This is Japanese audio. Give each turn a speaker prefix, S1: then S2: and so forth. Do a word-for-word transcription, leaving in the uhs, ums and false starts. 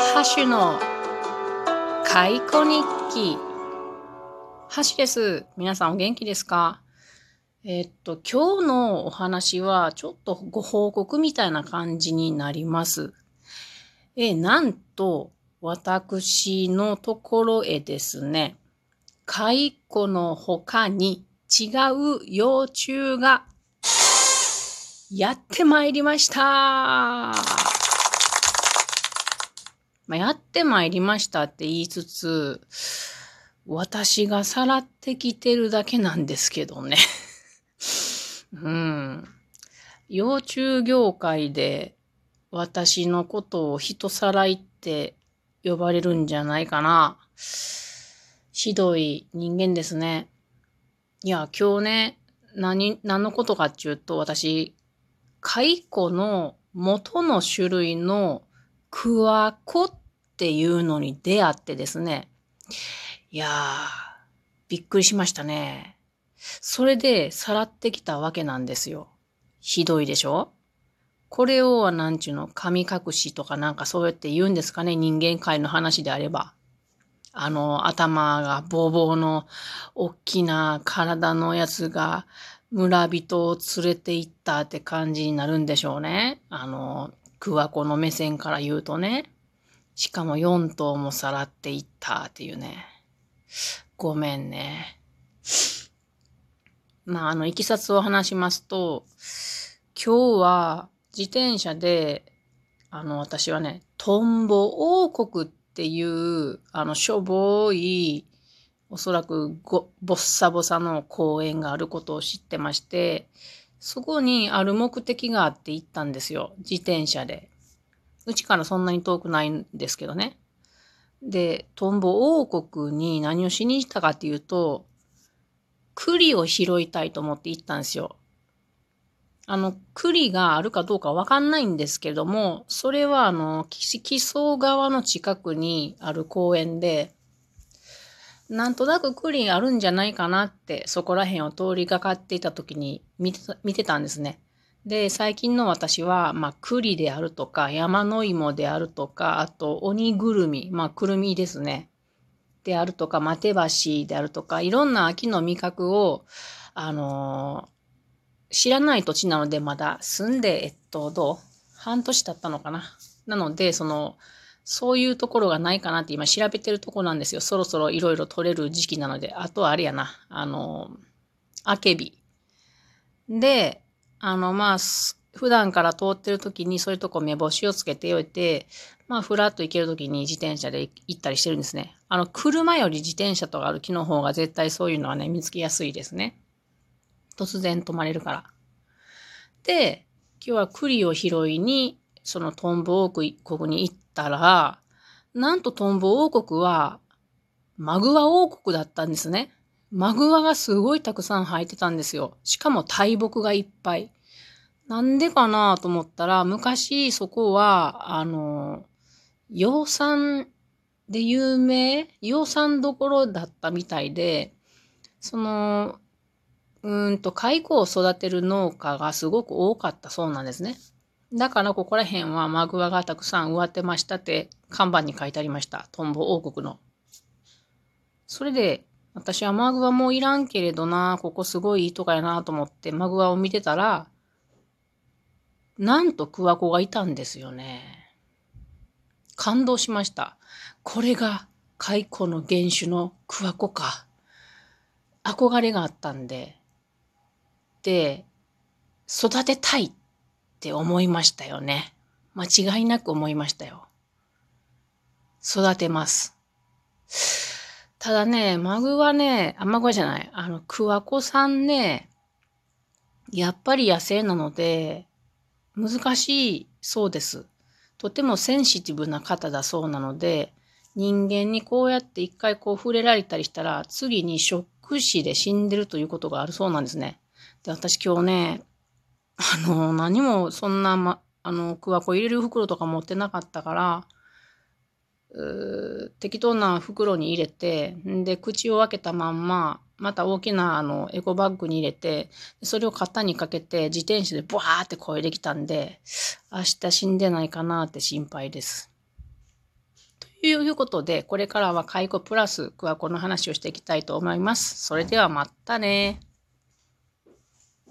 S1: ハッシュの解雇日記。ハッシュです。皆さんお元気ですか？えっと、今日のお話はちょっとご報告みたいな感じになります。え、なんと、私のところへですね、解雇の他に違う幼虫がやってまいりました。まあ、やってまいりましたって言いつつ、私がさらってきてるだけなんですけどね。うん。幼虫業界で私のことを人さらいって呼ばれるんじゃないかな。ひどい人間ですね。いや、今日ね、何、何のことかっていうと、私、蚕の元の種類のクワコっていうのに出会ってですね。いやー、びっくりしましたね。それでさらってきたわけなんですよ。ひどいでしょ？これを、なんちゅうの、神隠しとかなんかそうやって言うんですかね、人間界の話であれば。あの、頭がボーボーの大きな体のやつが村人を連れて行ったって感じになるんでしょうね。あの、桑子の目線から言うとね。しかもよん頭もさらっていったっていうね。ごめんね。まあ、あの、いきさつを話しますと、今日は自転車で、あの、私はね、トンボ王国っていう、あの、しょぼい、おそらくご、ボッサボサの公園があることを知ってまして、そこにある目的があって行ったんですよ。自転車で。うちからそんなに遠くないんですけどね。で、トンボ王国に何をしに行ったかっていうと、栗を拾いたいと思って行ったんですよ。あの、栗があるかどうかわかんないんですけども、それはあの、木曽川の近くにある公園で、なんとなく栗あるんじゃないかなって、そこら辺を通りがかっていた時に見てた、見てたんですね。で、最近の私は、まあ、栗であるとか、山の芋であるとか、あと、鬼ぐるみ、まあ、くるみですね。であるとか、マテバシであるとか、いろんな秋の味覚を、あのー知らない土地なのでまだ住んで、えっと、どう半年経ったのかな。なので、その、そういうところがないかなって今調べてるところなんですよ。そろそろいろいろ取れる時期なので。あとはあれやな。あの、あけび。で、あの、まあ、普段から通ってる時にそういうとこ目星をつけておいて、まあ、ふらっと行ける時に自転車で行ったりしてるんですね。あの、車より自転車とか歩きの方が絶対そういうのはね、見つけやすいですね。突然止まれるから。で、今日は栗を拾いに、そのトンボ王国に行ったら、なんとトンボ王国は、マグワ王国だったんですね。マグワがすごいたくさん生えてたんですよ。しかも大木がいっぱい。なんでかなと思ったら、昔そこは、あの、養蚕で有名養蚕どころだったみたいで、その、うーんと、蚕を育てる農家がすごく多かったそうなんですね。だからここら辺はマグワがたくさん植わってましたって看板に書いてありました。トンボ王国の。それで、私はマグワもういらんけれどな、ここすごいいいとかやなと思ってマグワを見てたら、なんとクワコがいたんですよね。感動しました。これが蚕の原種のクワコか。憧れがあったんで、で、育てたいって思いましたよね。間違いなく思いましたよ。育てます。ただね、マグはね、あ、マグはじゃない。あの、クワコさんね、やっぱり野生なので、難しいそうです。とてもセンシティブな方だそうなので、人間にこうやって一回こう触れられたりしたら、次にショック死で死んでるということがあるそうなんですね。で、私今日ね、あの、何もそんな、ま、あの、クワコ入れる袋とか持ってなかったから、適当な袋に入れて、で、口を開けたまんま、また大きなあのエコバッグに入れて、それを肩にかけて自転車でブワーって漕いできたんで、明日死んでないかなって心配です。 いうことで、これからは介護プラス桑子の話をしていきたいと思います。それではまたね。